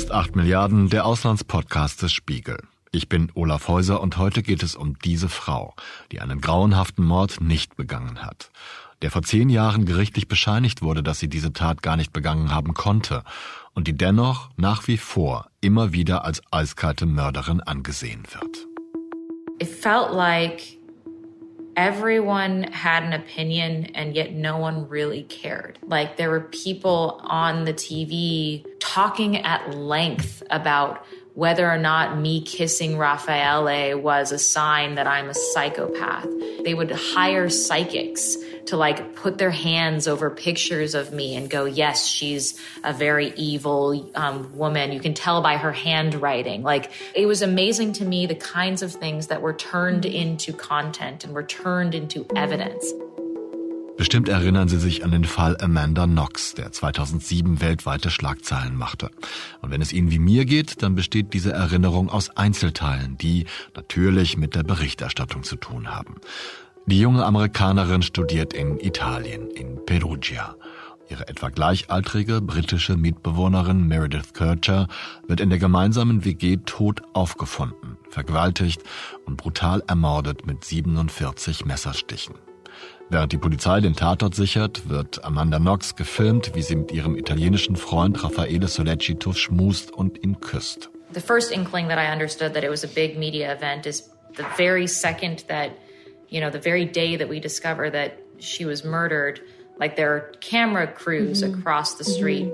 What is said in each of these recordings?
ist 8 Milliarden, der Auslandspodcast des Spiegel. Ich bin Olaf Häuser und heute geht es um diese Frau, die einen grauenhaften Mord nicht begangen hat. Der vor 10 Jahren gerichtlich bescheinigt wurde, dass sie diese Tat gar nicht begangen haben konnte und die dennoch nach wie vor immer wieder als eiskalte Mörderin angesehen wird. It felt like everyone had an opinion and yet no one really cared. Like there were people on the TV talking at length about whether or not me kissing Raffaele was a sign that I'm a psychopath. They would hire psychics to put their hands over pictures of me and go, yes, she's a very evil woman. You can tell by her handwriting. It was amazing to me the kinds of things that were turned into content and were turned into evidence. Bestimmt erinnern Sie sich an den Fall Amanda Knox, der 2007 weltweite Schlagzeilen machte. Und wenn es Ihnen wie mir geht, dann besteht diese Erinnerung aus Einzelteilen, die natürlich mit der Berichterstattung zu tun haben. Die junge Amerikanerin studiert in Italien, in Perugia. Ihre etwa gleichaltrige britische Mitbewohnerin Meredith Kercher wird in der gemeinsamen WG tot aufgefunden, vergewaltigt und brutal ermordet mit 47 Messerstichen. Während die Polizei den Tatort sichert, wird Amanda Knox gefilmt, wie sie mit ihrem italienischen Freund Raffaele Sollecito schmust und ihn küsst. The first inkling that I understood that it was a big media event is the very second that, the very day that we discover that she was murdered, there are camera crews across the street,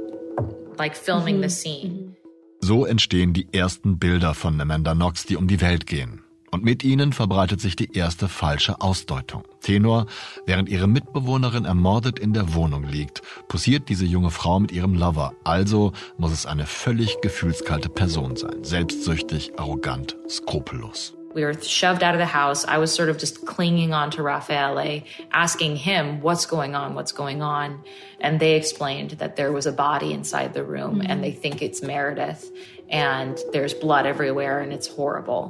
filming the scene. So entstehen die ersten Bilder von Amanda Knox, die um die Welt gehen. Und mit ihnen verbreitet sich die erste falsche Ausdeutung. Tenor: Während ihre Mitbewohnerin ermordet in der Wohnung liegt, posiert diese junge Frau mit ihrem Lover. Also muss es eine völlig gefühlskalte Person sein. Selbstsüchtig, arrogant, skrupellos. We were shoved out of the house. I was sort of just clinging on to Raffaele, asking him, what's going on? And they explained that there was a body inside the room and they think it's Meredith and there's blood everywhere and it's horrible.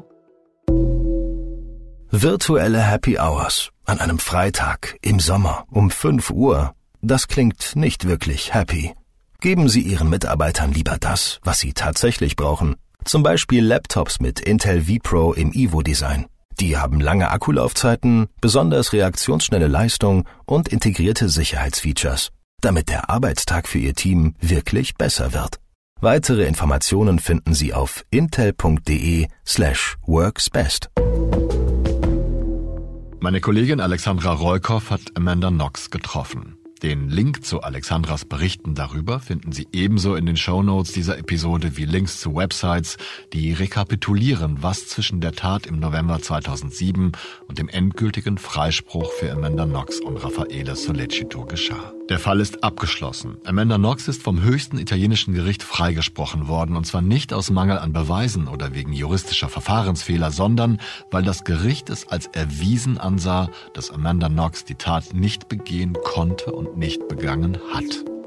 Virtuelle Happy Hours an einem Freitag im Sommer um 5 Uhr. Das klingt nicht wirklich happy. Geben Sie Ihren Mitarbeitern lieber das, was sie tatsächlich brauchen. Zum Beispiel Laptops mit Intel vPro im Evo-Design. Die haben lange Akkulaufzeiten, besonders reaktionsschnelle Leistung und integrierte Sicherheitsfeatures, damit der Arbeitstag für Ihr Team wirklich besser wird. Weitere Informationen finden Sie auf intel.de/worksbest. Meine Kollegin Alexandra Roykoff hat Amanda Knox getroffen. Den Link zu Alexandras Berichten darüber finden Sie ebenso in den Shownotes dieser Episode wie Links zu Websites, die rekapitulieren, was zwischen der Tat im November 2007 und dem endgültigen Freispruch für Amanda Knox und Raffaele Sollecito geschah. Der Fall ist abgeschlossen. Amanda Knox ist vom höchsten italienischen Gericht freigesprochen worden, und zwar nicht aus Mangel an Beweisen oder wegen juristischer Verfahrensfehler, sondern weil das Gericht es als erwiesen ansah, dass Amanda Knox die Tat nicht begehen konnte und nicht begangen hat.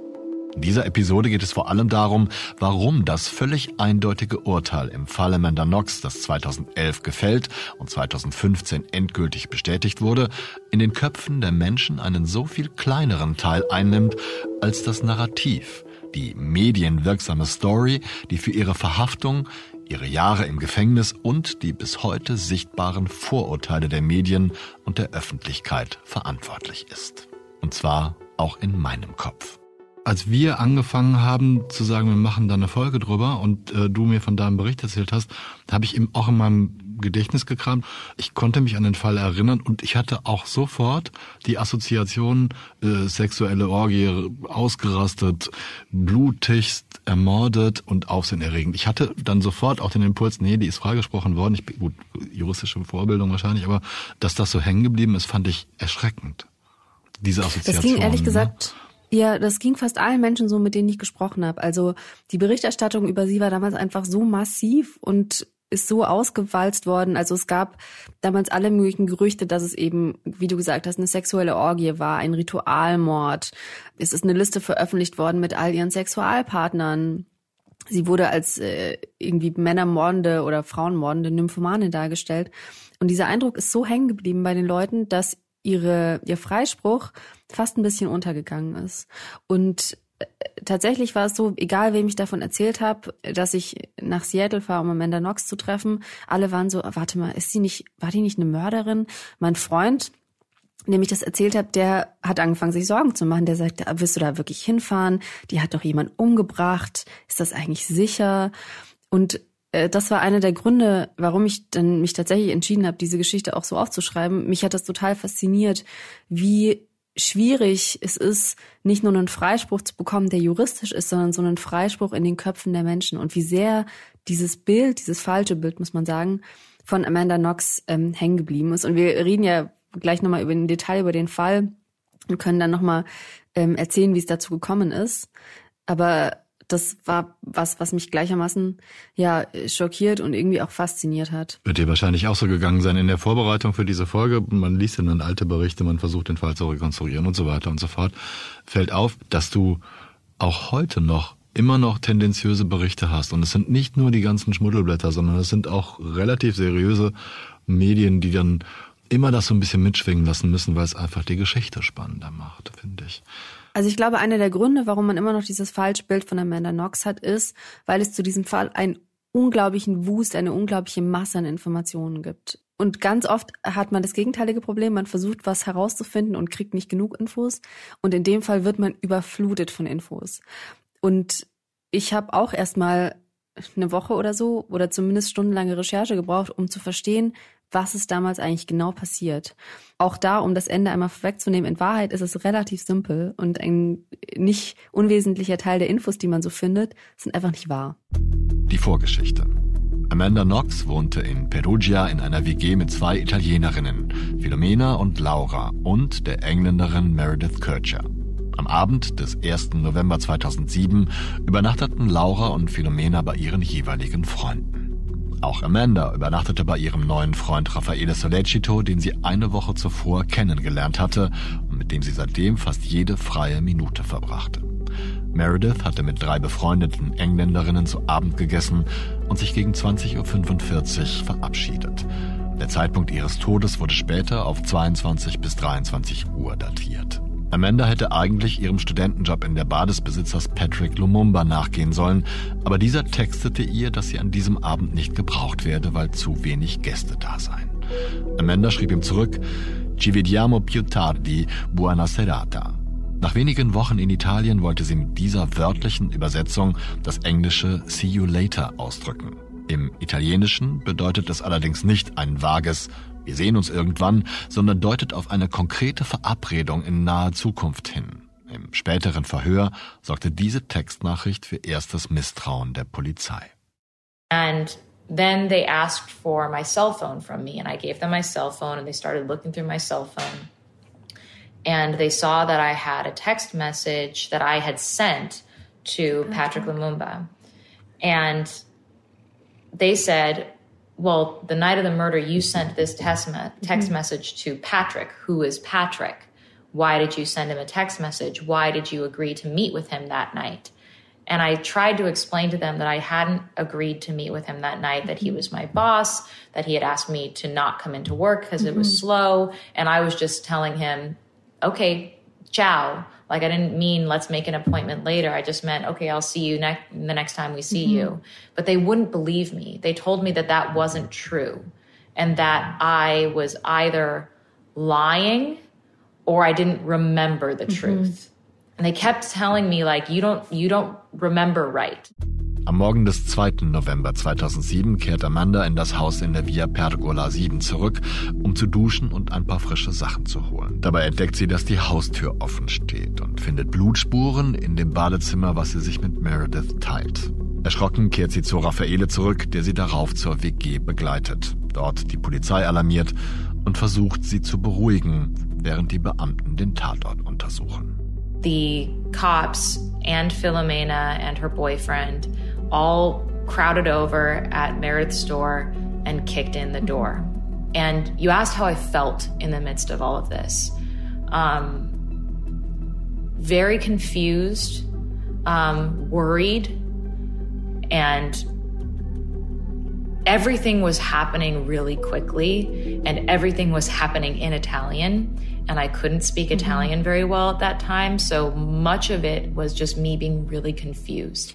In dieser Episode geht es vor allem darum, warum das völlig eindeutige Urteil im Fall Amanda Knox, das 2011 gefällt und 2015 endgültig bestätigt wurde, in den Köpfen der Menschen einen so viel kleineren Teil einnimmt als das Narrativ, die medienwirksame Story, die für ihre Verhaftung, ihre Jahre im Gefängnis und die bis heute sichtbaren Vorurteile der Medien und der Öffentlichkeit verantwortlich ist. Und zwar auch in meinem Kopf. Als wir angefangen haben zu sagen, wir machen da eine Folge drüber und du mir von deinem Bericht erzählt hast, habe ich auch in meinem Gedächtnis gekramt. Ich konnte mich an den Fall erinnern und ich hatte auch sofort die Assoziation, sexuelle Orgie, ausgerastet, blutigst, ermordet und aufsehenerregend. Ich hatte dann sofort auch den Impuls, nee, die ist freigesprochen worden. Gut, juristische Vorbildung wahrscheinlich, aber dass das so hängen geblieben ist, fand ich erschreckend. Diese Assoziation. Das ging ehrlich gesagt... Ja, das ging fast allen Menschen so, mit denen ich gesprochen habe. Also die Berichterstattung über sie war damals einfach so massiv und ist so ausgewalzt worden. Also es gab damals alle möglichen Gerüchte, dass es eben, wie du gesagt hast, eine sexuelle Orgie war, ein Ritualmord. Es ist eine Liste veröffentlicht worden mit all ihren Sexualpartnern. Sie wurde als irgendwie männermordende oder frauenmordende Nymphomane dargestellt. Und dieser Eindruck ist so hängen geblieben bei den Leuten, dass ihr Freispruch fast ein bisschen untergegangen ist. Und tatsächlich war es so, egal wem ich davon erzählt habe, dass ich nach Seattle fahre, um Amanda Knox zu treffen, alle waren so, warte mal, war die nicht eine Mörderin? Mein Freund, dem ich das erzählt habe, der hat angefangen, sich Sorgen zu machen. Der sagte, wirst du da wirklich hinfahren? Die hat doch jemand umgebracht. Ist das eigentlich sicher? Und das war einer der Gründe, warum ich dann mich tatsächlich entschieden habe, diese Geschichte auch so aufzuschreiben. Mich hat das total fasziniert, wie schwierig es ist, nicht nur einen Freispruch zu bekommen, der juristisch ist, sondern so einen Freispruch in den Köpfen der Menschen. Und wie sehr dieses Bild, dieses falsche Bild, muss man sagen, von Amanda Knox hängen geblieben ist. Und wir reden ja gleich nochmal im Detail über den Fall und können dann nochmal erzählen, wie es dazu gekommen ist. Aber das war was mich gleichermaßen schockiert und irgendwie auch fasziniert hat. Wird dir wahrscheinlich auch so gegangen sein in der Vorbereitung für diese Folge. Man liest ja dann alte Berichte, man versucht den Fall zu rekonstruieren und so weiter und so fort. Fällt auf, dass du auch heute noch immer noch tendenziöse Berichte hast. Und es sind nicht nur die ganzen Schmuddelblätter, sondern es sind auch relativ seriöse Medien, die dann immer das so ein bisschen mitschwingen lassen müssen, weil es einfach die Geschichte spannender macht, finde ich. Also ich glaube, einer der Gründe, warum man immer noch dieses Falschbild von Amanda Knox hat, ist, weil es zu diesem Fall einen unglaublichen Wust, eine unglaubliche Masse an Informationen gibt. Und ganz oft hat man das gegenteilige Problem, man versucht, was herauszufinden und kriegt nicht genug Infos. Und in dem Fall wird man überflutet von Infos. Und ich habe auch erstmal eine Woche oder so oder zumindest stundenlange Recherche gebraucht, um zu verstehen, was ist damals eigentlich genau passiert. Auch da, um das Ende einmal vorwegzunehmen, in Wahrheit ist es relativ simpel und ein nicht unwesentlicher Teil der Infos, die man so findet, sind einfach nicht wahr. Die Vorgeschichte. Amanda Knox wohnte in Perugia in einer WG mit 2 Italienerinnen, Filomena und Laura, und der Engländerin Meredith Kercher. Am Abend des 1. November 2007 übernachteten Laura und Filomena bei ihren jeweiligen Freunden. Auch Amanda übernachtete bei ihrem neuen Freund Raffaele Sollecito, den sie eine Woche zuvor kennengelernt hatte und mit dem sie seitdem fast jede freie Minute verbrachte. Meredith hatte mit 3 befreundeten Engländerinnen zu Abend gegessen und sich gegen 20:45 Uhr verabschiedet. Der Zeitpunkt ihres Todes wurde später auf 22 bis 23 Uhr datiert. Amanda hätte eigentlich ihrem Studentenjob in der Bar des Besitzers Patrick Lumumba nachgehen sollen, aber dieser textete ihr, dass sie an diesem Abend nicht gebraucht werde, weil zu wenig Gäste da seien. Amanda schrieb ihm zurück, "Ci vediamo più tardi, buona serata." Nach wenigen Wochen in Italien wollte sie mit dieser wörtlichen Übersetzung das englische "See you later" ausdrücken. Im Italienischen bedeutet es allerdings nicht ein vages "Wir sehen uns irgendwann", sondern deutet auf eine konkrete Verabredung in naher Zukunft hin. Im späteren Verhör sorgte diese Textnachricht für erstes Misstrauen der Polizei. And then they asked for my cell phone from me, and I gave them my cell phone, and they started looking through my cell phone. And they saw that I had a text message that I had sent to Patrick Lumumba. And they said, well, the night of the murder, you sent this text message to Patrick. Who is Patrick? Why did you send him a text message? Why did you agree to meet with him that night? And I tried to explain to them that I hadn't agreed to meet with him that night, that he was my boss, that he had asked me to not come into work because it was slow. And I was just telling him, okay, ciao. Like, I didn't mean let's make an appointment later. I just meant, okay, I'll see you the next time we see you. But they wouldn't believe me. They told me that that wasn't true and that I was either lying or I didn't remember the truth. And they kept telling me, like, you don't remember right. Am Morgen des 2. November 2007 kehrt Amanda in das Haus in der Via Pergola 7 zurück, um zu duschen und ein paar frische Sachen zu holen. Dabei entdeckt sie, dass die Haustür offen steht und findet Blutspuren in dem Badezimmer, was sie sich mit Meredith teilt. Erschrocken kehrt sie zu Raffaele zurück, der sie darauf zur WG begleitet. Dort die Polizei alarmiert und versucht, sie zu beruhigen, während die Beamten den Tatort untersuchen. The cops and Filomena and her boyfriend all crowded over at Meredith's store and kicked in the door. And you asked how I felt in the midst of all of this. Very confused, worried, and everything was happening really quickly, and everything was happening in Italian. and I couldn't speak Italian very well at that time. So much of it was just me being really confused.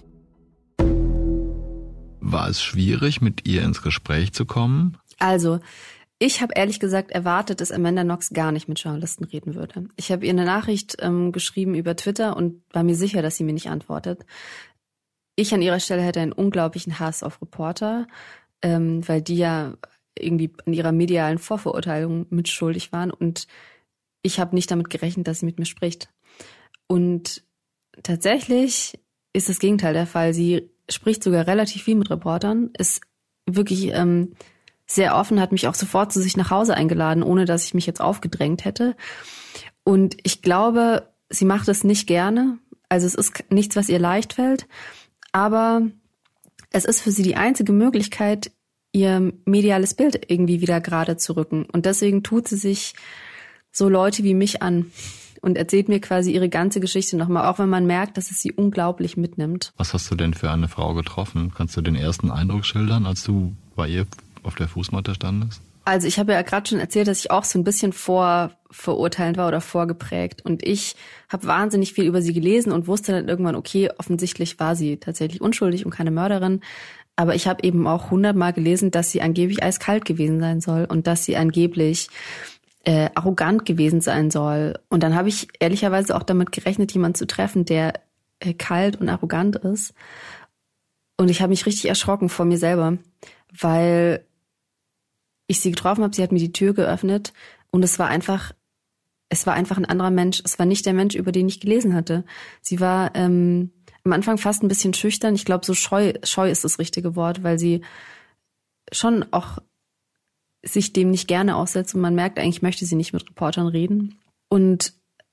War es schwierig, mit ihr ins Gespräch zu kommen? Also, ich habe ehrlich gesagt erwartet, dass Amanda Knox gar nicht mit Journalisten reden würde. Ich habe ihr eine Nachricht geschrieben über Twitter und war mir sicher, dass sie mir nicht antwortet. Ich an ihrer Stelle hätte einen unglaublichen Hass auf Reporter, weil die ja irgendwie an ihrer medialen Vorverurteilung mitschuldig waren. Und ich habe nicht damit gerechnet, dass sie mit mir spricht. Und tatsächlich ist das Gegenteil der Fall. Sie spricht sogar relativ viel mit Reportern, ist wirklich sehr offen, hat mich auch sofort zu sich nach Hause eingeladen, ohne dass ich mich jetzt aufgedrängt hätte. Und ich glaube, sie macht es nicht gerne. Also es ist nichts, was ihr leicht fällt. Aber es ist für sie die einzige Möglichkeit, ihr mediales Bild irgendwie wieder gerade zu rücken. Und deswegen tut sie sich so Leute wie mich an und erzählt mir quasi ihre ganze Geschichte nochmal, auch wenn man merkt, dass es sie unglaublich mitnimmt. Was hast du denn für eine Frau getroffen? Kannst du den ersten Eindruck schildern, als du bei ihr auf der Fußmatte standest? Also ich habe ja gerade schon erzählt, dass ich auch so ein bisschen vorverurteilend war oder vorgeprägt. Und ich habe wahnsinnig viel über sie gelesen und wusste dann irgendwann, okay, offensichtlich war sie tatsächlich unschuldig und keine Mörderin. Aber ich habe eben auch 100-mal gelesen, dass sie angeblich eiskalt gewesen sein soll und dass sie angeblich arrogant gewesen sein soll. Und dann habe ich ehrlicherweise auch damit gerechnet, jemanden zu treffen, der kalt und arrogant ist. Und ich habe mich richtig erschrocken vor mir selber, weil ich sie getroffen habe, sie hat mir die Tür geöffnet und es war einfach ein anderer Mensch. Es war nicht der Mensch, über den ich gelesen hatte. Sie war am Anfang fast ein bisschen schüchtern. Ich glaube, so scheu ist das richtige Wort, weil sie schon auch sich dem nicht gerne aussetzt und man merkt, eigentlich möchte sie nicht mit Reportern reden. Und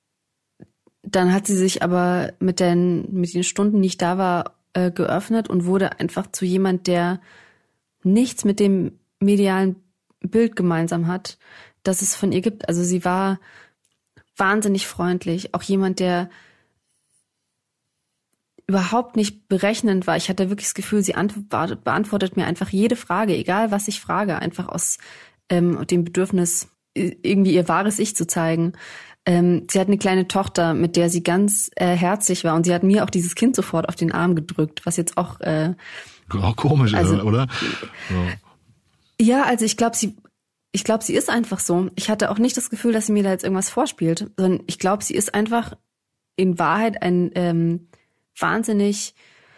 dann hat sie sich aber mit den Stunden, die ich da war, geöffnet und wurde einfach zu jemand, der nichts mit dem medialen Bild gemeinsam hat, das es von ihr gibt. Also sie war wahnsinnig freundlich, auch jemand, der überhaupt nicht berechnend war. Ich hatte wirklich das Gefühl, sie beantwortet mir einfach jede Frage, egal was ich frage, einfach aus dem Bedürfnis, irgendwie ihr wahres Ich zu zeigen. Sie hat eine kleine Tochter, mit der sie ganz herzlich war und sie hat mir auch dieses Kind sofort auf den Arm gedrückt, was jetzt auch komisch also, ist, oder? Ja, also ich glaube, sie ist einfach so. Ich hatte auch nicht das Gefühl, dass sie mir da jetzt irgendwas vorspielt, sondern ich glaube, sie ist einfach in Wahrheit ein wahnsinnig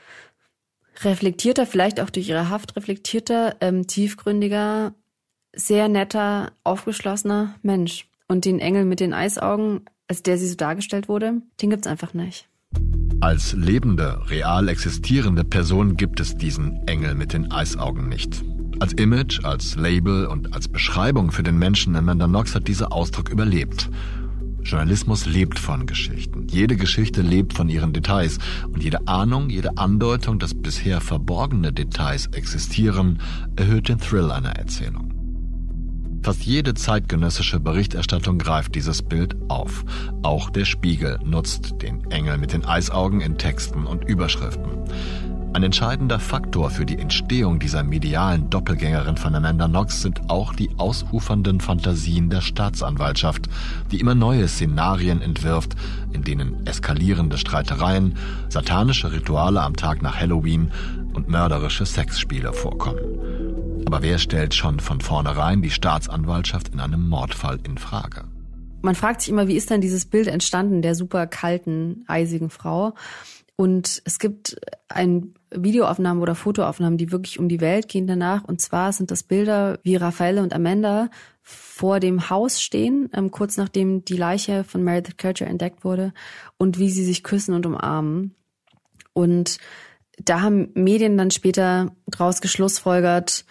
reflektierter, vielleicht auch durch ihre Haft reflektierter, tiefgründiger, sehr netter, aufgeschlossener Mensch. Und den Engel mit den Eisaugen, als der sie so dargestellt wurde, den gibt's einfach nicht. Als lebende, real existierende Person gibt es diesen Engel mit den Eisaugen nicht. Als Image, als Label und als Beschreibung für den Menschen Amanda Knox hat dieser Ausdruck überlebt. Journalismus lebt von Geschichten. Jede Geschichte lebt von ihren Details. Und jede Ahnung, jede Andeutung, dass bisher verborgene Details existieren, erhöht den Thrill einer Erzählung. Fast jede zeitgenössische Berichterstattung greift dieses Bild auf. Auch der Spiegel nutzt den Engel mit den Eisaugen in Texten und Überschriften. Ein entscheidender Faktor für die Entstehung dieser medialen Doppelgängerin von Amanda Knox sind auch die ausufernden Fantasien der Staatsanwaltschaft, die immer neue Szenarien entwirft, in denen eskalierende Streitereien, satanische Rituale am Tag nach Halloween und mörderische Sexspiele vorkommen. Aber wer stellt schon von vornherein die Staatsanwaltschaft in einem Mordfall in Frage? Man fragt sich immer, wie ist denn dieses Bild entstanden, der super kalten, eisigen Frau? Und es gibt Videoaufnahmen oder Fotoaufnahmen, die wirklich um die Welt gehen danach. Und zwar sind das Bilder, wie Raffaele und Amanda vor dem Haus stehen, kurz nachdem die Leiche von Meredith Kercher entdeckt wurde, und wie sie sich küssen und umarmen. Und da haben Medien dann später draus geschlussfolgert,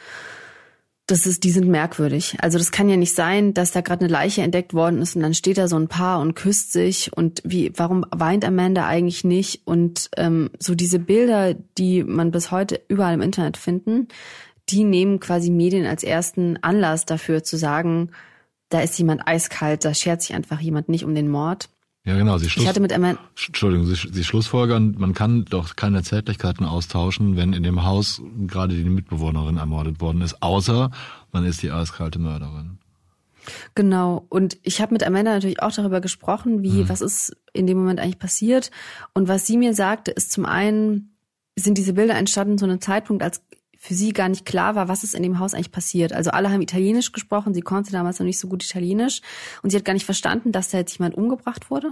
die sind merkwürdig. Also das kann ja nicht sein, dass da gerade eine Leiche entdeckt worden ist und dann steht da so ein Paar und küsst sich und warum weint Amanda eigentlich nicht? Und so diese Bilder, die man bis heute überall im Internet finden, die nehmen quasi Medien als ersten Anlass dafür zu sagen, da ist jemand eiskalt, da schert sich einfach jemand nicht um den Mord. Ja, genau. Sie schlussfolgern, man kann doch keine Zärtlichkeiten austauschen, wenn in dem Haus gerade die Mitbewohnerin ermordet worden ist, außer man ist die eiskalte Mörderin. Genau. Und ich habe mit Amanda natürlich auch darüber gesprochen, was ist in dem Moment eigentlich passiert. Und was sie mir sagte, ist zum einen, sind diese Bilder entstanden zu einem Zeitpunkt, als für sie gar nicht klar war, was ist in dem Haus eigentlich passiert. Also alle haben Italienisch gesprochen, sie konnte damals noch nicht so gut Italienisch und sie hat gar nicht verstanden, dass da jetzt jemand umgebracht wurde.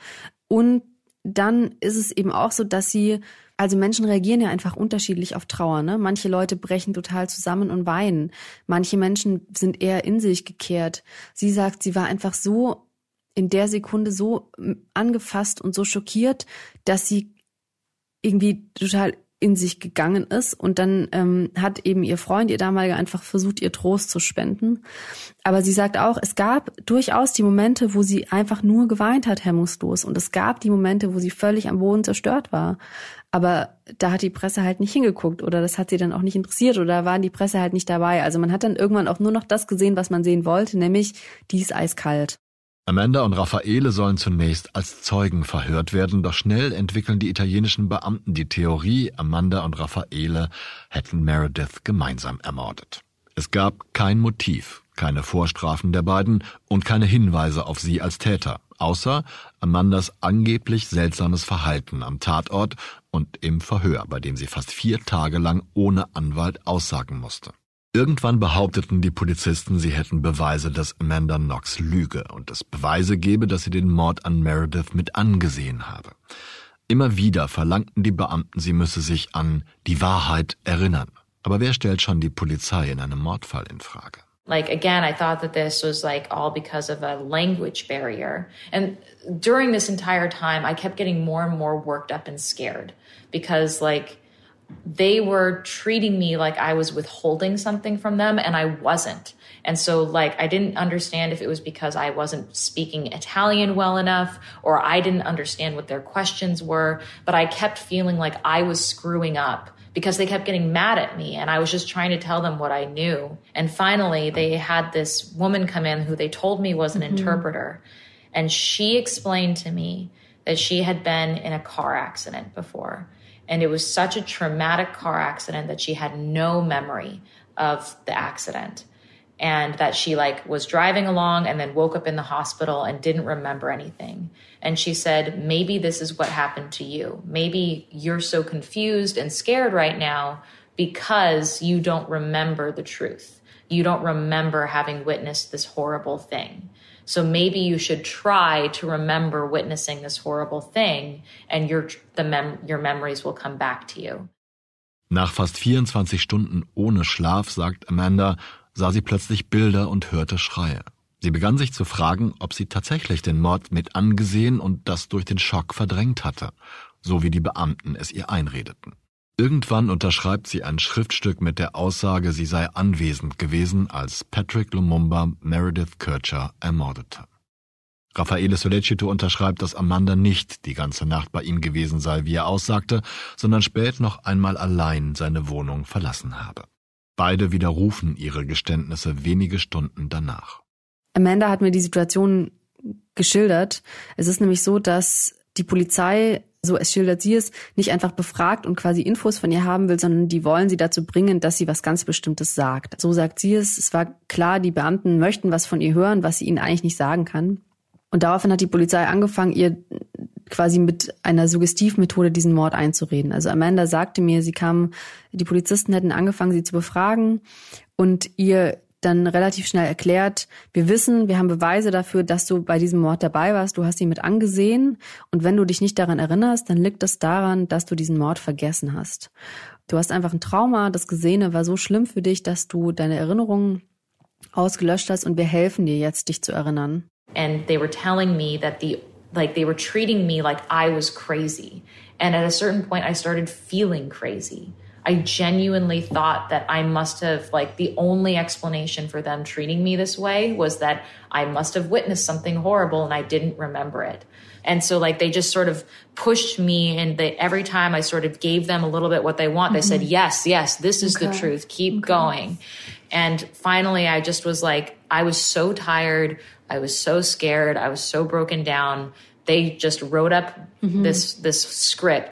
Und dann ist es eben auch so, dass also Menschen reagieren ja einfach unterschiedlich auf Trauer, ne? Manche Leute brechen total zusammen und weinen. Manche Menschen sind eher in sich gekehrt. Sie sagt, sie war einfach so in der Sekunde so angefasst und so schockiert, dass sie irgendwie total in sich gegangen ist und dann hat eben ihr Freund, ihr damaliger, einfach versucht, ihr Trost zu spenden. Aber sie sagt auch, es gab durchaus die Momente, wo sie einfach nur geweint hat, hemmungslos. Und es gab die Momente, wo sie völlig am Boden zerstört war. Aber da hat die Presse halt nicht hingeguckt oder das hat sie dann auch nicht interessiert oder war die Presse halt nicht dabei. Also man hat dann irgendwann auch nur noch das gesehen, was man sehen wollte, nämlich die ist eiskalt. Amanda und Raffaele sollen zunächst als Zeugen verhört werden, doch schnell entwickeln die italienischen Beamten die Theorie, Amanda und Raffaele hätten Meredith gemeinsam ermordet. Es gab kein Motiv, keine Vorstrafen der beiden und keine Hinweise auf sie als Täter, außer Amandas angeblich seltsames Verhalten am Tatort und im Verhör, bei dem sie fast 4 Tage lang ohne Anwalt aussagen musste. Irgendwann behaupteten die Polizisten, sie hätten Beweise, dass Amanda Knox lüge und es Beweise gebe, dass sie den Mord an Meredith mit angesehen habe. Immer wieder verlangten die Beamten, sie müsse sich an die Wahrheit erinnern. Aber wer stellt schon die Polizei in einem Mordfall in Frage? Like, again, I thought that this was like all because of a language barrier. And during this entire time, I kept getting more and more worked up and scared because like they were treating me like I was withholding something from them and I wasn't. And so like I didn't understand if it was because I wasn't speaking Italian well enough or I didn't understand what their questions were, but I kept feeling like I was screwing up because they kept getting mad at me and I was just trying to tell them what I knew. And finally they had this woman come in who they told me was an interpreter, and she explained to me that she had been in a car accident before. And it was such a traumatic car accident that she had no memory of the accident. And that she like was driving along and then woke up in the hospital and didn't remember anything. And she said, maybe this is what happened to you. Maybe you're so confused and scared right now because you don't remember the truth. You don't remember having witnessed this horrible thing. So maybe you should try to remember witnessing this horrible thing and your memories will come back to you. Nach fast 24 Stunden ohne Schlaf, sagt Amanda, sah sie plötzlich Bilder und hörte Schreie. Sie begann sich zu fragen, ob sie tatsächlich den Mord mit angesehen und das durch den Schock verdrängt hatte, so wie die Beamten es ihr einredeten. Irgendwann unterschreibt sie ein Schriftstück mit der Aussage, sie sei anwesend gewesen, als Patrick Lumumba Meredith Kercher ermordete. Raffaele Sollecito unterschreibt, dass Amanda nicht die ganze Nacht bei ihm gewesen sei, wie er aussagte, sondern spät noch einmal allein seine Wohnung verlassen habe. Beide widerrufen ihre Geständnisse wenige Stunden danach. Amanda hat mir die Situation geschildert. Es ist nämlich so, dass die Polizei, so es schildert sie es, nicht einfach befragt und quasi Infos von ihr haben will, sondern die wollen sie dazu bringen, dass sie was ganz Bestimmtes sagt. So sagt sie es. Es war klar, die Beamten möchten was von ihr hören, was sie ihnen eigentlich nicht sagen kann. Und daraufhin hat die Polizei angefangen, ihr quasi mit einer Suggestivmethode diesen Mord einzureden. Also Amanda sagte mir, die Polizisten hätten angefangen, sie zu befragen und ihr dann relativ schnell erklärt, wir haben Beweise dafür, dass du bei diesem Mord dabei warst, du hast ihn mit angesehen und wenn du dich nicht daran erinnerst, dann liegt es daran, dass du diesen Mord vergessen hast. Du hast einfach ein Trauma, das Gesehene war so schlimm für dich, dass du deine Erinnerungen ausgelöscht hast und wir helfen dir jetzt, dich zu erinnern. And they were telling me that they were treating me like I was crazy. And at a certain point I started feeling crazy. I genuinely thought that I must have, the only explanation for them treating me this way was that I must have witnessed something horrible and I didn't remember it. And so, they just sort of pushed me, and every time I sort of gave them a little bit what they want, they said, yes, this is the truth, keep going. And finally, I just was I was so tired, I was so scared, I was so broken down. They just wrote up this script.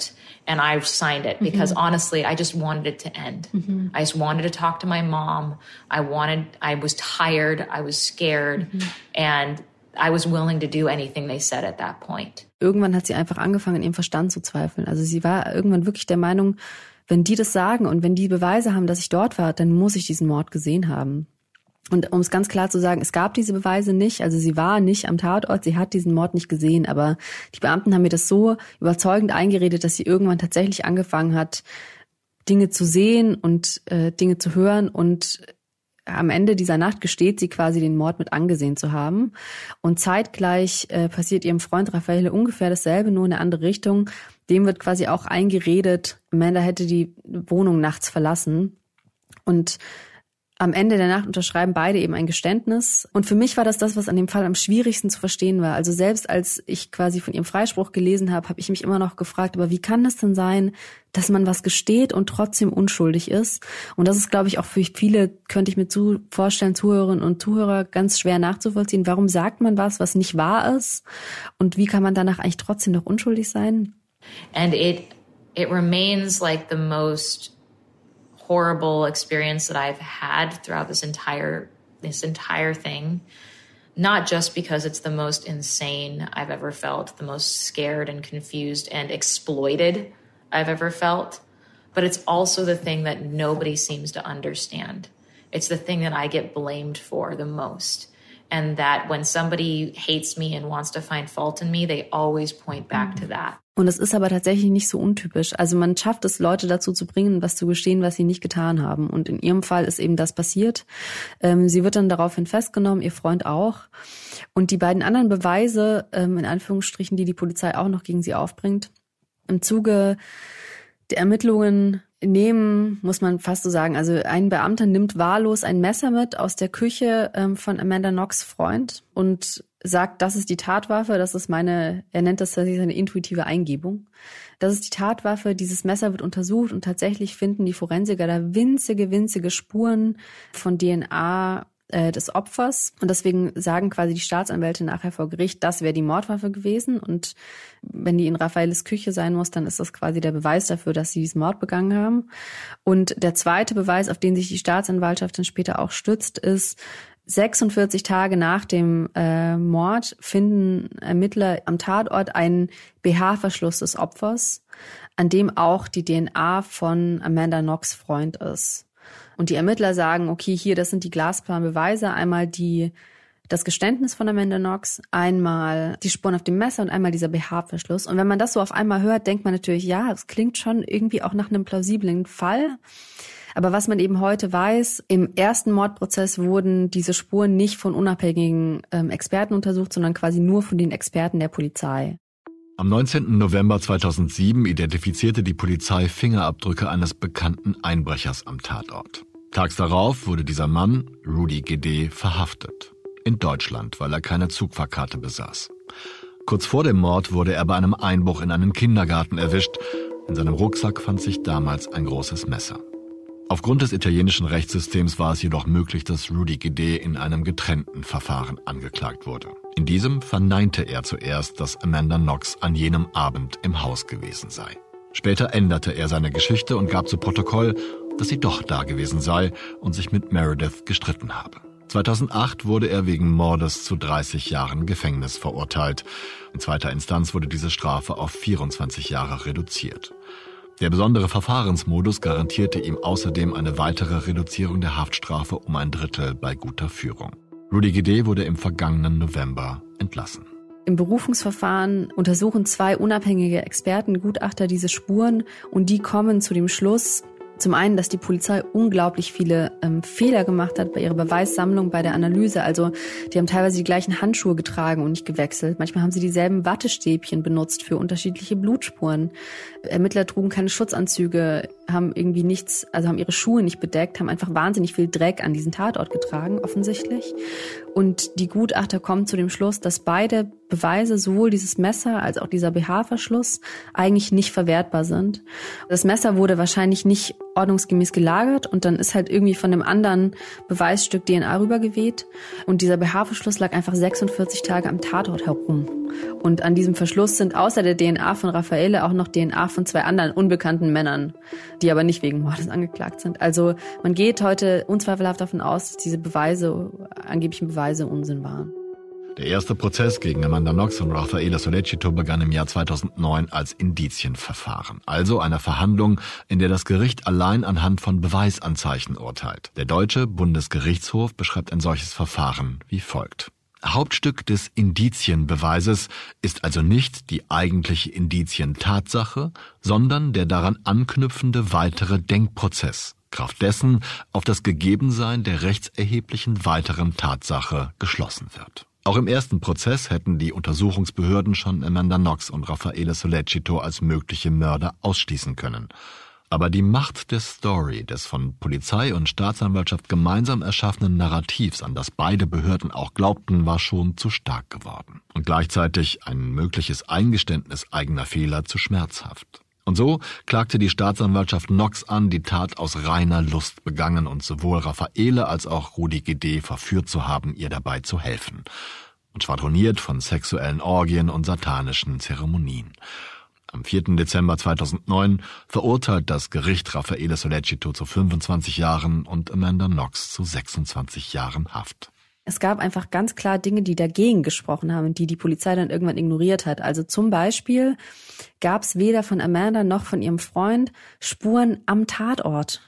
And I signed it because honestly, I just wanted it to end. I just wanted to talk to my mom. I was tired. I was scared. And I was willing to do anything they said at that point. Irgendwann hat sie einfach angefangen, in ihrem Verstand zu zweifeln. Also sie war irgendwann wirklich der Meinung, wenn die das sagen und wenn die Beweise haben, dass ich dort war, dann muss ich diesen Mord gesehen haben. Und um es ganz klar zu sagen, es gab diese Beweise nicht, also sie war nicht am Tatort, sie hat diesen Mord nicht gesehen, aber die Beamten haben mir das so überzeugend eingeredet, dass sie irgendwann tatsächlich angefangen hat, Dinge zu sehen und Dinge zu hören, und am Ende dieser Nacht gesteht sie quasi, den Mord mit angesehen zu haben. Und zeitgleich passiert ihrem Freund Raffaele ungefähr dasselbe, nur in eine andere Richtung. Dem wird quasi auch eingeredet, Amanda hätte die Wohnung nachts verlassen. Und am Ende der Nacht unterschreiben beide eben ein Geständnis. Und für mich war das, was an dem Fall am schwierigsten zu verstehen war. Also selbst als ich quasi von ihrem Freispruch gelesen habe, habe ich mich immer noch gefragt, aber wie kann es denn sein, dass man was gesteht und trotzdem unschuldig ist? Und das ist, glaube ich, auch für viele, könnte ich mir vorstellen, Zuhörerinnen und Zuhörer, ganz schwer nachzuvollziehen. Warum sagt man was nicht wahr ist? Und wie kann man danach eigentlich trotzdem noch unschuldig sein? And it remains like the most horrible experience that I've had throughout this entire thing. Not just because it's the most insane I've ever felt, the most scared and confused and exploited I've ever felt, but it's also the thing that nobody seems to understand. It's the thing that I get blamed for the most. And that when somebody hates me and wants to find fault in me, they always point back to that. Und es ist aber tatsächlich nicht so untypisch. Also man schafft es, Leute dazu zu bringen, was zu gestehen, was sie nicht getan haben. Und in ihrem Fall ist eben das passiert. Sie wird dann daraufhin festgenommen, ihr Freund auch. Und die beiden anderen Beweise, in Anführungsstrichen, die Polizei auch noch gegen sie aufbringt, im Zuge der Ermittlungen nehmen, muss man fast so sagen, also ein Beamter nimmt wahllos ein Messer mit aus der Küche von Amanda Knox' Freund und sagt, das ist die Tatwaffe, er nennt das tatsächlich seine intuitive Eingebung. Das ist die Tatwaffe, dieses Messer wird untersucht und tatsächlich finden die Forensiker da winzige Spuren von DNA des Opfers. Und deswegen sagen quasi die Staatsanwälte nachher vor Gericht, das wäre die Mordwaffe gewesen. Und wenn die in Raffaeles Küche sein muss, dann ist das quasi der Beweis dafür, dass sie diesen Mord begangen haben. Und der zweite Beweis, auf den sich die Staatsanwaltschaft dann später auch stützt, ist, 46 Tage nach dem Mord finden Ermittler am Tatort einen BH-Verschluss des Opfers, an dem auch die DNA von Amanda Knox' Freund ist. Und die Ermittler sagen, okay, hier, das sind die glasklaren Beweise. Einmal das Geständnis von Amanda Knox, einmal die Spuren auf dem Messer und einmal dieser BH-Verschluss. Und wenn man das so auf einmal hört, denkt man natürlich, ja, es klingt schon irgendwie auch nach einem plausiblen Fall. Aber was man eben heute weiß, im ersten Mordprozess wurden diese Spuren nicht von unabhängigen Experten untersucht, sondern quasi nur von den Experten der Polizei. Am 19. November 2007 identifizierte die Polizei Fingerabdrücke eines bekannten Einbrechers am Tatort. Tags darauf wurde dieser Mann, Rudy Guede, verhaftet. In Deutschland, weil er keine Zugfahrkarte besaß. Kurz vor dem Mord wurde er bei einem Einbruch in einen Kindergarten erwischt. In seinem Rucksack fand sich damals ein großes Messer. Aufgrund des italienischen Rechtssystems war es jedoch möglich, dass Rudy Guede in einem getrennten Verfahren angeklagt wurde. In diesem verneinte er zuerst, dass Amanda Knox an jenem Abend im Haus gewesen sei. Später änderte er seine Geschichte und gab zu Protokoll, dass sie doch da gewesen sei und sich mit Meredith gestritten habe. 2008 wurde er wegen Mordes zu 30 Jahren Gefängnis verurteilt. In zweiter Instanz wurde diese Strafe auf 24 Jahre reduziert. Der besondere Verfahrensmodus garantierte ihm außerdem eine weitere Reduzierung der Haftstrafe um 1/3 bei guter Führung. Rudy Guede wurde im vergangenen November entlassen. Im Berufungsverfahren untersuchen 2 unabhängige Experten, Gutachter, diese Spuren und die kommen zu dem Schluss, zum einen, dass die Polizei unglaublich viele Fehler gemacht hat bei ihrer Beweissammlung, bei der Analyse. Also die haben teilweise die gleichen Handschuhe getragen und nicht gewechselt. Manchmal haben sie dieselben Wattestäbchen benutzt für unterschiedliche Blutspuren. Ermittler trugen keine Schutzanzüge, haben irgendwie haben ihre Schuhe nicht bedeckt, haben einfach wahnsinnig viel Dreck an diesen Tatort getragen, offensichtlich. Und die Gutachter kommen zu dem Schluss, dass beide Beweise, sowohl dieses Messer als auch dieser BH-Verschluss, eigentlich nicht verwertbar sind. Das Messer wurde wahrscheinlich nicht ordnungsgemäß gelagert und dann ist halt irgendwie von dem anderen Beweisstück DNA rübergeweht. Und dieser BH-Verschluss lag einfach 46 Tage am Tatort herum. Und an diesem Verschluss sind außer der DNA von Raffaele auch noch DNA von 2 anderen unbekannten Männern, die aber nicht wegen Mordes angeklagt sind. Also man geht heute unzweifelhaft davon aus, dass diese angeblichen Beweise Unsinn waren. Der erste Prozess gegen Amanda Knox und Raffaele Sollecito begann im Jahr 2009 als Indizienverfahren. Also eine Verhandlung, in der das Gericht allein anhand von Beweisanzeichen urteilt. Der deutsche Bundesgerichtshof beschreibt ein solches Verfahren wie folgt. Hauptstück des Indizienbeweises ist also nicht die eigentliche Indizientatsache, sondern der daran anknüpfende weitere Denkprozess, kraft dessen auf das Gegebensein der rechtserheblichen weiteren Tatsache geschlossen wird. Auch im ersten Prozess hätten die Untersuchungsbehörden schon Amanda Knox und Raffaele Sollecito als mögliche Mörder ausschließen können. Aber die Macht der Story, des von Polizei und Staatsanwaltschaft gemeinsam erschaffenen Narrativs, an das beide Behörden auch glaubten, war schon zu stark geworden. Und gleichzeitig ein mögliches Eingeständnis eigener Fehler zu schmerzhaft. Und so klagte die Staatsanwaltschaft Knox an, die Tat aus reiner Lust begangen und sowohl Raffaele als auch Rudi Guedé verführt zu haben, ihr dabei zu helfen. Und schwadroniert von sexuellen Orgien und satanischen Zeremonien. Am 4. Dezember 2009 verurteilt das Gericht Raffaele Sollecito zu 25 Jahren und Amanda Knox zu 26 Jahren Haft. Es gab einfach ganz klar Dinge, die dagegen gesprochen haben, die die Polizei dann irgendwann ignoriert hat. Also zum Beispiel gab es weder von Amanda noch von ihrem Freund Spuren am Tatort.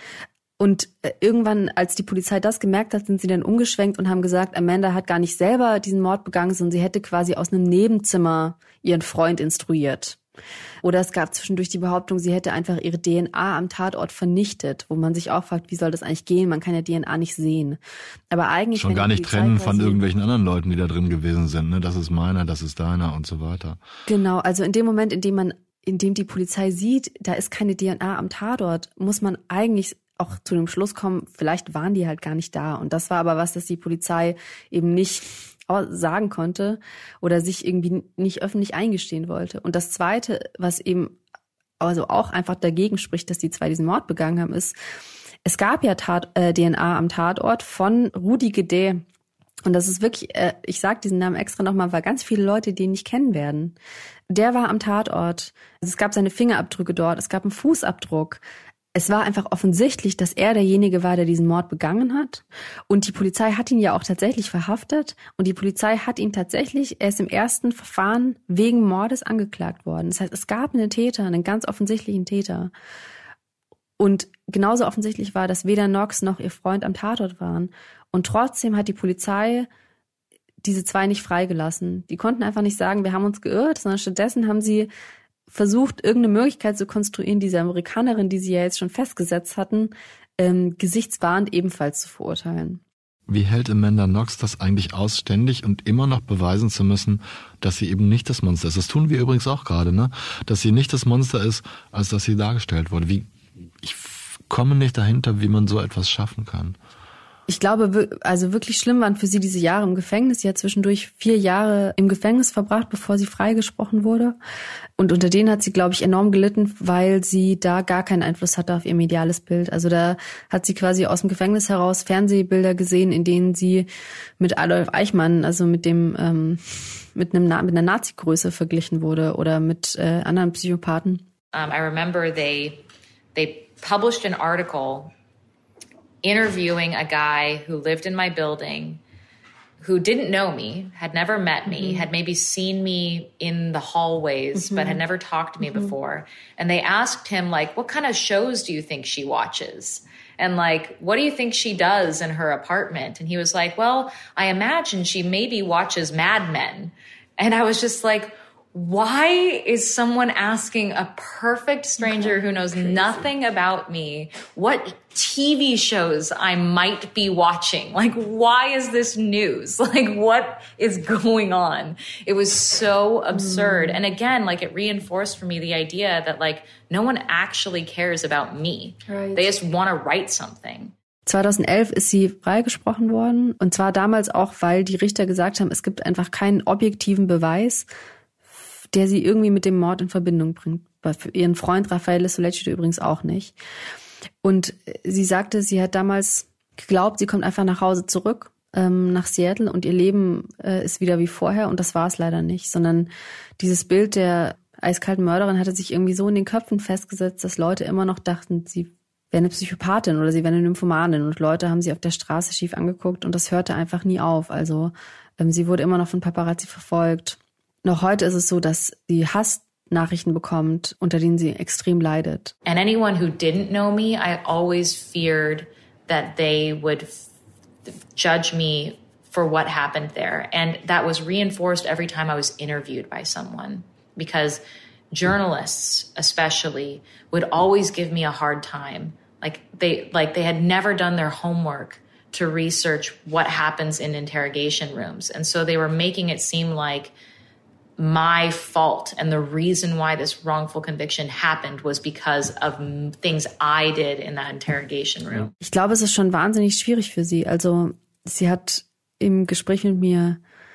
Und irgendwann, als die Polizei das gemerkt hat, sind sie dann umgeschwenkt und haben gesagt, Amanda hat gar nicht selber diesen Mord begangen, sondern sie hätte quasi aus einem Nebenzimmer ihren Freund instruiert. Oder es gab zwischendurch die Behauptung, sie hätte einfach ihre DNA am Tatort vernichtet, wo man sich auch fragt, wie soll das eigentlich gehen? Man kann ja DNA nicht sehen. Aber eigentlich schon gar nicht trennen von irgendwelchen anderen Leuten, die da drin gewesen sind. Ne? Das ist meiner, das ist deiner und so weiter. Genau, also in dem Moment, in dem die Polizei sieht, da ist keine DNA am Tatort, muss man eigentlich auch zu dem Schluss kommen, vielleicht waren die halt gar nicht da. Und das war aber was, das die Polizei eben nicht sagen konnte oder sich irgendwie nicht öffentlich eingestehen wollte. Und das Zweite, was eben also auch einfach dagegen spricht, dass die zwei diesen Mord begangen haben, ist, es gab ja DNA am Tatort von Rudi Guedé. Und das ist wirklich, ich sage diesen Namen extra nochmal, weil ganz viele Leute den nicht kennen werden. Der war am Tatort. Also es gab seine Fingerabdrücke dort, es gab einen Fußabdruck. Es war einfach offensichtlich, dass er derjenige war, der diesen Mord begangen hat. Und die Polizei hat ihn ja auch tatsächlich verhaftet. Und die Polizei hat ihn tatsächlich, er ist im ersten Verfahren wegen Mordes angeklagt worden. Das heißt, es gab einen Täter, einen ganz offensichtlichen Täter. Und genauso offensichtlich war, dass weder Knox noch ihr Freund am Tatort waren. Und trotzdem hat die Polizei diese zwei nicht freigelassen. Die konnten einfach nicht sagen, wir haben uns geirrt, sondern stattdessen haben sie versucht, irgendeine Möglichkeit zu konstruieren, diese Amerikanerin, die sie ja jetzt schon festgesetzt hatten, gesichtswahrend ebenfalls zu verurteilen. Wie hält Amanda Knox das eigentlich aus, ständig und immer noch beweisen zu müssen, dass sie eben nicht das Monster ist? Das tun wir übrigens auch gerade, ne? Dass sie nicht das Monster ist, als dass sie dargestellt wurde. Ich komme nicht dahinter, wie man so etwas schaffen kann. Ich glaube, also wirklich schlimm waren für sie diese Jahre im Gefängnis. Sie hat zwischendurch 4 Jahre im Gefängnis verbracht, bevor sie freigesprochen wurde. Und unter denen hat sie, glaube ich, enorm gelitten, weil sie da gar keinen Einfluss hatte auf ihr mediales Bild. Also da hat sie quasi aus dem Gefängnis heraus Fernsehbilder gesehen, in denen sie mit Adolf Eichmann, also mit einer Nazi-Größe verglichen wurde oder mit anderen Psychopathen. I remember they published an article interviewing a guy who lived in my building, who didn't know me, had never met me, had maybe seen me in the hallways, but had never talked to me before. And they asked him, like, what kind of shows do you think she watches? And like, what do you think she does in her apartment? And he was like, well, I imagine she maybe watches Mad Men. And I was just like, why is someone asking a perfect stranger who knows nothing about me what TV shows I might be watching? Like, why is this news? Like, what is going on? It was so absurd. And again, like, it reinforced for me the idea that, like, no one actually cares about me. Right. They just want to write something. 2011 ist sie freigesprochen worden. Und zwar damals auch, weil die Richter gesagt haben, es gibt einfach keinen objektiven Beweis, der sie irgendwie mit dem Mord in Verbindung bringt. Für ihren Freund Raffaele Sollecito übrigens auch nicht. Und sie sagte, sie hat damals geglaubt, sie kommt einfach nach Hause zurück, nach Seattle, und ihr Leben ist wieder wie vorher. Und das war es leider nicht, sondern dieses Bild der eiskalten Mörderin hatte sich irgendwie so in den Köpfen festgesetzt, dass Leute immer noch dachten, sie wäre eine Psychopathin oder sie wäre eine Nymphomanin, und Leute haben sie auf der Straße schief angeguckt, und das hörte einfach nie auf. Also sie wurde immer noch von Paparazzi verfolgt. Noch heute ist es so, dass sie Hassnachrichten bekommt, unter denen sie extrem leidet. And anyone who didn't know me, I always feared that they would judge me for what happened there. And that was reinforced every time I was interviewed by someone, because journalists especially would always give me a hard time. Like they had never done their homework to research what happens in interrogation rooms. And so they were making it seem like my fault, and the reason why this wrongful conviction happened was because of things I did in that interrogation room. Ich glaube, es ist schon wahnsinnig schwierig für sie. Also sie hat im Gespräch mit mir,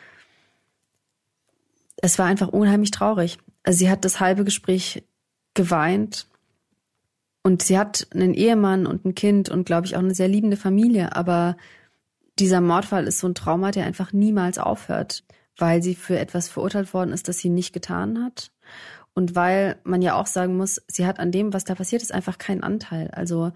es war einfach unheimlich traurig. Also sie hat das halbe Gespräch geweint, und sie hat einen Ehemann und ein Kind und, glaube ich, auch eine sehr liebende Familie. Aber dieser Mordfall ist so ein Trauma, der einfach niemals aufhört, weil sie für etwas verurteilt worden ist, das sie nicht getan hat. Und weil man ja auch sagen muss, sie hat an dem, was da passiert ist, einfach keinen Anteil. Also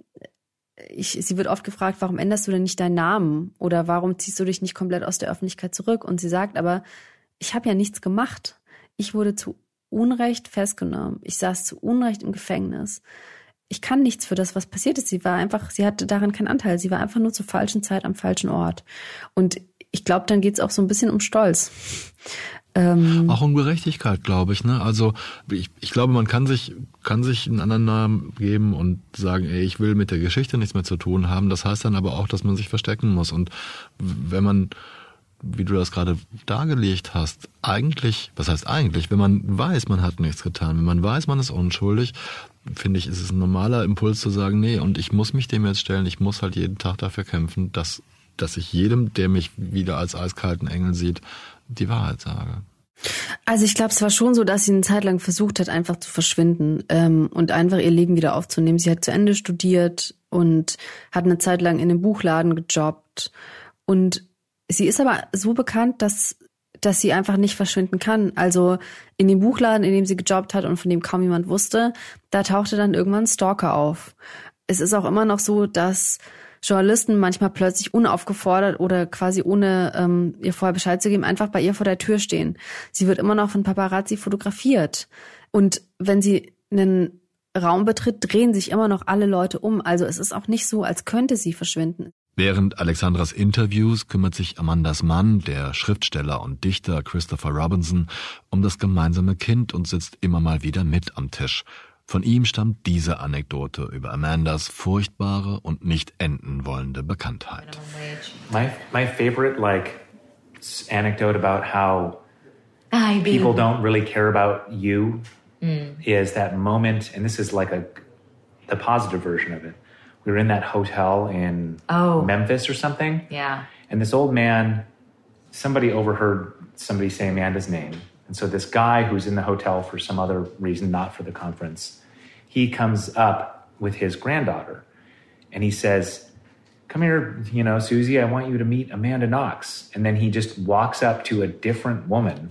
sie wird oft gefragt, warum änderst du denn nicht deinen Namen? Oder warum ziehst du dich nicht komplett aus der Öffentlichkeit zurück? Und sie sagt aber, ich habe ja nichts gemacht. Ich wurde zu Unrecht festgenommen. Ich saß zu Unrecht im Gefängnis. Ich kann nichts für das, was passiert ist. Sie hatte daran keinen Anteil. Sie war einfach nur zur falschen Zeit am falschen Ort. Und ich glaube, dann geht's auch so ein bisschen um Stolz. Auch um Gerechtigkeit, glaube ich. Ne? Also ich glaube, man kann sich einen anderen Namen geben und sagen, ey, ich will mit der Geschichte nichts mehr zu tun haben. Das heißt dann aber auch, dass man sich verstecken muss. Und wenn man, wie du das gerade dargelegt hast, wenn man weiß, man hat nichts getan, wenn man weiß, man ist unschuldig, finde ich, ist es ein normaler Impuls zu sagen, nee, und ich muss mich dem jetzt stellen, ich muss halt jeden Tag dafür kämpfen, dass ich jedem, der mich wieder als eiskalten Engel sieht, die Wahrheit sage. Also ich glaube, es war schon so, dass sie eine Zeit lang versucht hat, einfach zu verschwinden und einfach ihr Leben wieder aufzunehmen. Sie hat zu Ende studiert und hat eine Zeit lang in einem Buchladen gejobbt. Und sie ist aber so bekannt, dass sie einfach nicht verschwinden kann. Also in dem Buchladen, in dem sie gejobbt hat und von dem kaum jemand wusste, da tauchte dann irgendwann ein Stalker auf. Es ist auch immer noch so, dass Journalisten manchmal plötzlich unaufgefordert oder quasi ohne ihr vorher Bescheid zu geben, einfach bei ihr vor der Tür stehen. Sie wird immer noch von Paparazzi fotografiert. Und wenn sie einen Raum betritt, drehen sich immer noch alle Leute um. Also es ist auch nicht so, als könnte sie verschwinden. Während Alexandras Interviews kümmert sich Amandas Mann, der Schriftsteller und Dichter Christopher Robinson, um das gemeinsame Kind und sitzt immer mal wieder mit am Tisch. Von ihm stammt diese Anekdote über Amandas furchtbare und nicht enden wollende Bekanntheit. My favorite anecdote about how people don't really care about you is that moment, and this is the positive version of it. We were in that hotel in Memphis or something. Yeah. And this old man, somebody overheard somebody say Amanda's name. And so this guy who's in the hotel for some other reason, not for the conference, he comes up with his granddaughter. And he says, come here, Susie, I want you to meet Amanda Knox. And then he just walks up to a different woman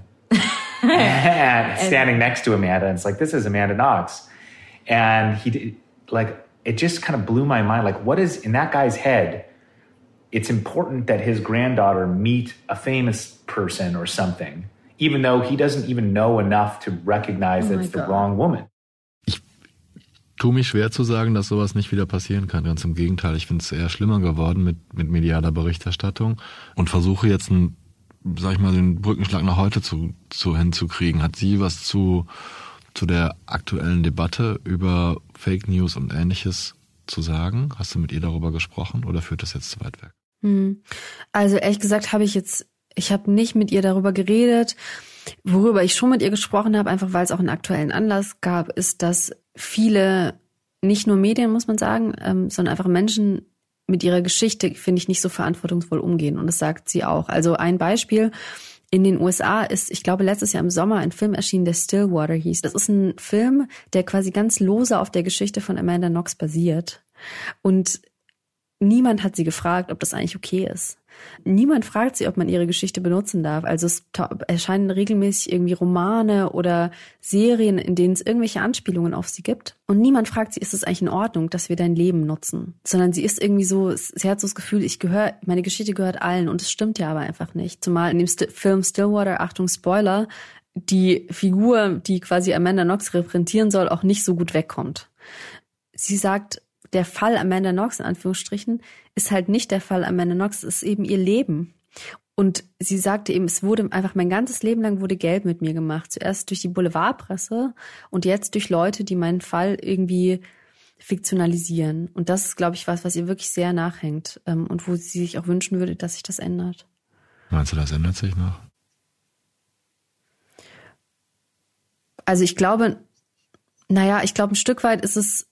and standing next to Amanda. And it's like, this is Amanda Knox. And it just kind of blew my mind. What is in that guy's head? It's important that his granddaughter meet a famous person or something, even though he doesn't even know enough to recognize that it's the wrong woman. Ich tue mich schwer zu sagen, dass sowas nicht wieder passieren kann. Ganz im Gegenteil, ich finde es eher schlimmer geworden mit medialer Berichterstattung und versuche jetzt den Brückenschlag nach heute hinzukriegen. Hat sie was zu der aktuellen Debatte über Fake News und Ähnliches zu sagen? Hast du mit ihr darüber gesprochen oder führt das jetzt zu weit weg? Also ehrlich gesagt ich habe nicht mit ihr darüber geredet. Worüber ich schon mit ihr gesprochen habe, einfach weil es auch einen aktuellen Anlass gab, ist, dass viele, nicht nur Medien, muss man sagen, sondern einfach Menschen mit ihrer Geschichte, finde ich, nicht so verantwortungsvoll umgehen. Und das sagt sie auch. Also ein Beispiel: In den USA ist, ich glaube, letztes Jahr im Sommer ein Film erschienen, der Stillwater hieß. Das ist ein Film, der quasi ganz lose auf der Geschichte von Amanda Knox basiert. Und niemand hat sie gefragt, ob das eigentlich okay ist. Niemand fragt sie, ob man ihre Geschichte benutzen darf. Also es erscheinen regelmäßig irgendwie Romane oder Serien, in denen es irgendwelche Anspielungen auf sie gibt. Und niemand fragt sie, ist es eigentlich in Ordnung, dass wir dein Leben nutzen? Sondern sie ist irgendwie so, sie hat so das Gefühl, meine Geschichte gehört allen. Und es stimmt ja aber einfach nicht. Zumal in dem Film Stillwater, Achtung Spoiler, die Figur, die quasi Amanda Knox repräsentieren soll, auch nicht so gut wegkommt. Sie sagt, der Fall Amanda Knox, in Anführungsstrichen, ist halt nicht der Fall Amanda Knox, es ist eben ihr Leben. Und sie sagte eben, es wurde einfach, mein ganzes Leben lang wurde Geld mit mir gemacht. Zuerst durch die Boulevardpresse und jetzt durch Leute, die meinen Fall irgendwie fiktionalisieren. Und das ist, glaube ich, was ihr wirklich sehr nachhängt und wo sie sich auch wünschen würde, dass sich das ändert. Meinst du, das ändert sich noch? Also ich glaube, ein Stück weit ist es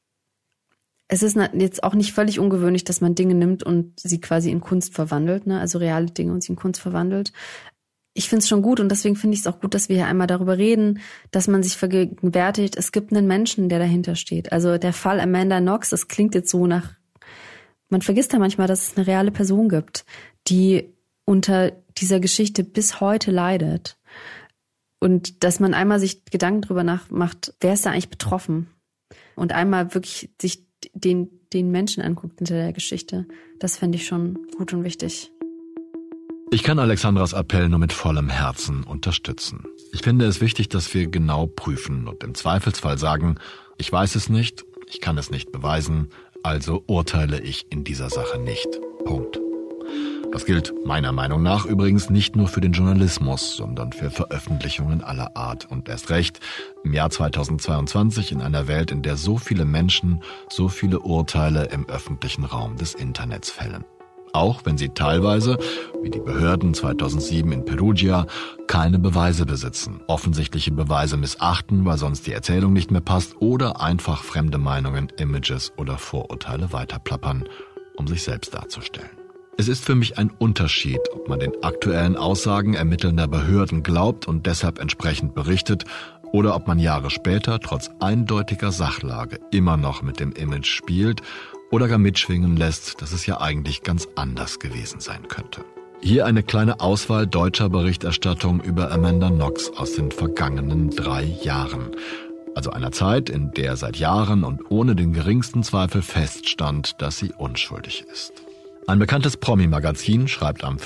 ist jetzt auch nicht völlig ungewöhnlich, dass man Dinge nimmt und sie quasi in Kunst verwandelt, ne? Also reale Dinge und sie in Kunst verwandelt. Ich finde es schon gut und deswegen finde ich es auch gut, dass wir hier einmal darüber reden, dass man sich vergegenwärtigt, es gibt einen Menschen, der dahinter steht. Also der Fall Amanda Knox, das klingt jetzt so nach, man vergisst ja manchmal, dass es eine reale Person gibt, die unter dieser Geschichte bis heute leidet. Und dass man einmal sich Gedanken darüber macht, wer ist da eigentlich betroffen? Und einmal wirklich sich den Menschen anguckt hinter der Geschichte. Das fände ich schon gut und wichtig. Ich kann Alexandras Appell nur mit vollem Herzen unterstützen. Ich finde es wichtig, dass wir genau prüfen und im Zweifelsfall sagen, ich weiß es nicht, ich kann es nicht beweisen, also urteile ich in dieser Sache nicht. Punkt. Das gilt meiner Meinung nach übrigens nicht nur für den Journalismus, sondern für Veröffentlichungen aller Art und erst recht im Jahr 2022 in einer Welt, in der so viele Menschen so viele Urteile im öffentlichen Raum des Internets fällen. Auch wenn sie teilweise, wie die Behörden 2007 in Perugia, keine Beweise besitzen, offensichtliche Beweise missachten, weil sonst die Erzählung nicht mehr passt oder einfach fremde Meinungen, Images oder Vorurteile weiterplappern, um sich selbst darzustellen. Es ist für mich ein Unterschied, ob man den aktuellen Aussagen ermittelnder Behörden glaubt und deshalb entsprechend berichtet oder ob man Jahre später trotz eindeutiger Sachlage immer noch mit dem Image spielt oder gar mitschwingen lässt, dass es ja eigentlich ganz anders gewesen sein könnte. Hier eine kleine Auswahl deutscher Berichterstattung über Amanda Knox aus den vergangenen 3 Jahren. Also einer Zeit, in der seit Jahren und ohne den geringsten Zweifel feststand, dass sie unschuldig ist. Ein bekanntes Promi-Magazin schreibt am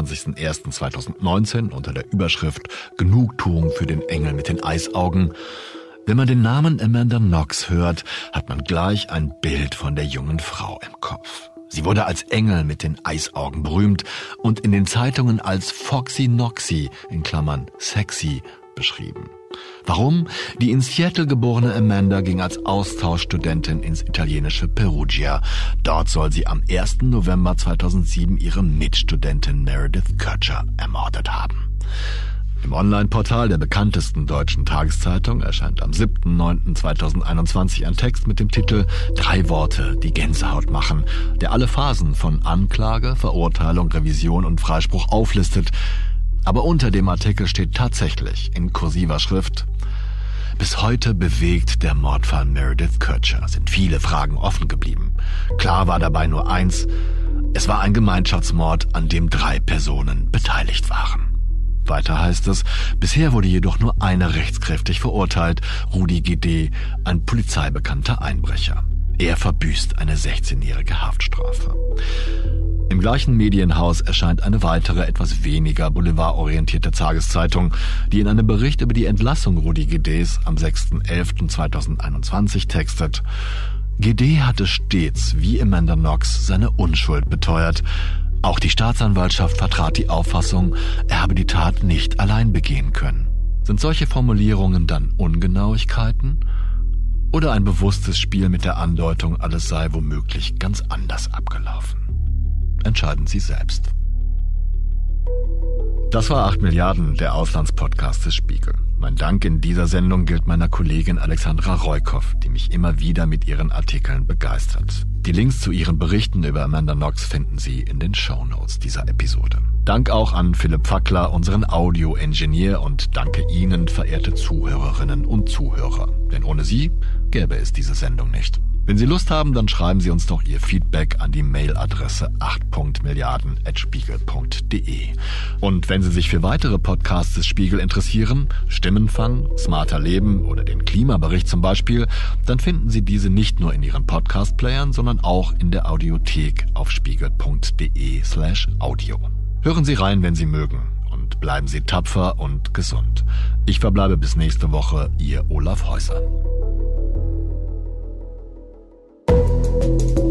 25.01.2019 unter der Überschrift Genugtuung für den Engel mit den Eisaugen: Wenn man den Namen Amanda Knox hört, hat man gleich ein Bild von der jungen Frau im Kopf. Sie wurde als Engel mit den Eisaugen berühmt und in den Zeitungen als Foxy Knoxy in Klammern sexy beschrieben. Warum? Die in Seattle geborene Amanda ging als Austauschstudentin ins italienische Perugia. Dort soll sie am 1. November 2007 ihre Mitstudentin Meredith Kercher ermordet haben. Im Online-Portal der bekanntesten deutschen Tageszeitung erscheint am 7.9.2021 ein Text mit dem Titel 3 Worte, die Gänsehaut machen, der alle Phasen von Anklage, Verurteilung, Revision und Freispruch auflistet. Aber unter dem Artikel steht tatsächlich in kursiver Schrift: Bis heute bewegt der Mordfall Meredith Kercher, sind viele Fragen offen geblieben. Klar war dabei nur eins: Es war ein Gemeinschaftsmord, an dem 3 Personen beteiligt waren. Weiter heißt es, bisher wurde jedoch nur einer rechtskräftig verurteilt, Rudi Guedet, ein polizeibekannter Einbrecher. Er verbüßt eine 16-jährige Haftstrafe. Im gleichen Medienhaus erscheint eine weitere, etwas weniger boulevardorientierte Tageszeitung, die in einem Bericht über die Entlassung Rudi Guedets am 6.11.2021 textet: Guedet hatte stets, wie Amanda Knox, seine Unschuld beteuert. Auch die Staatsanwaltschaft vertrat die Auffassung, er habe die Tat nicht allein begehen können. Sind solche Formulierungen dann Ungenauigkeiten? Oder ein bewusstes Spiel mit der Andeutung, alles sei womöglich ganz anders abgelaufen? Entscheiden Sie selbst. Das war 8 Milliarden, der Auslandspodcast des Spiegel. Mein Dank in dieser Sendung gilt meiner Kollegin Alexandra Reukoff, die mich immer wieder mit ihren Artikeln begeistert. Die Links zu ihren Berichten über Amanda Knox finden Sie in den Shownotes dieser Episode. Dank auch an Philipp Fackler, unseren Audio-Engineer, und danke Ihnen, verehrte Zuhörerinnen und Zuhörer. Denn ohne Sie gäbe es diese Sendung nicht. Wenn Sie Lust haben, dann schreiben Sie uns doch Ihr Feedback an die Mailadresse 8.milliarden@spiegel.de. Und wenn Sie sich für weitere Podcasts des Spiegel interessieren, Stimmenfang, Smarter Leben oder den Klimabericht zum Beispiel, dann finden Sie diese nicht nur in Ihren Podcast-Playern, sondern auch in der Audiothek auf spiegel.de/audio. Hören Sie rein, wenn Sie mögen, und bleiben Sie tapfer und gesund. Ich verbleibe bis nächste Woche, Ihr Olaf Häuser.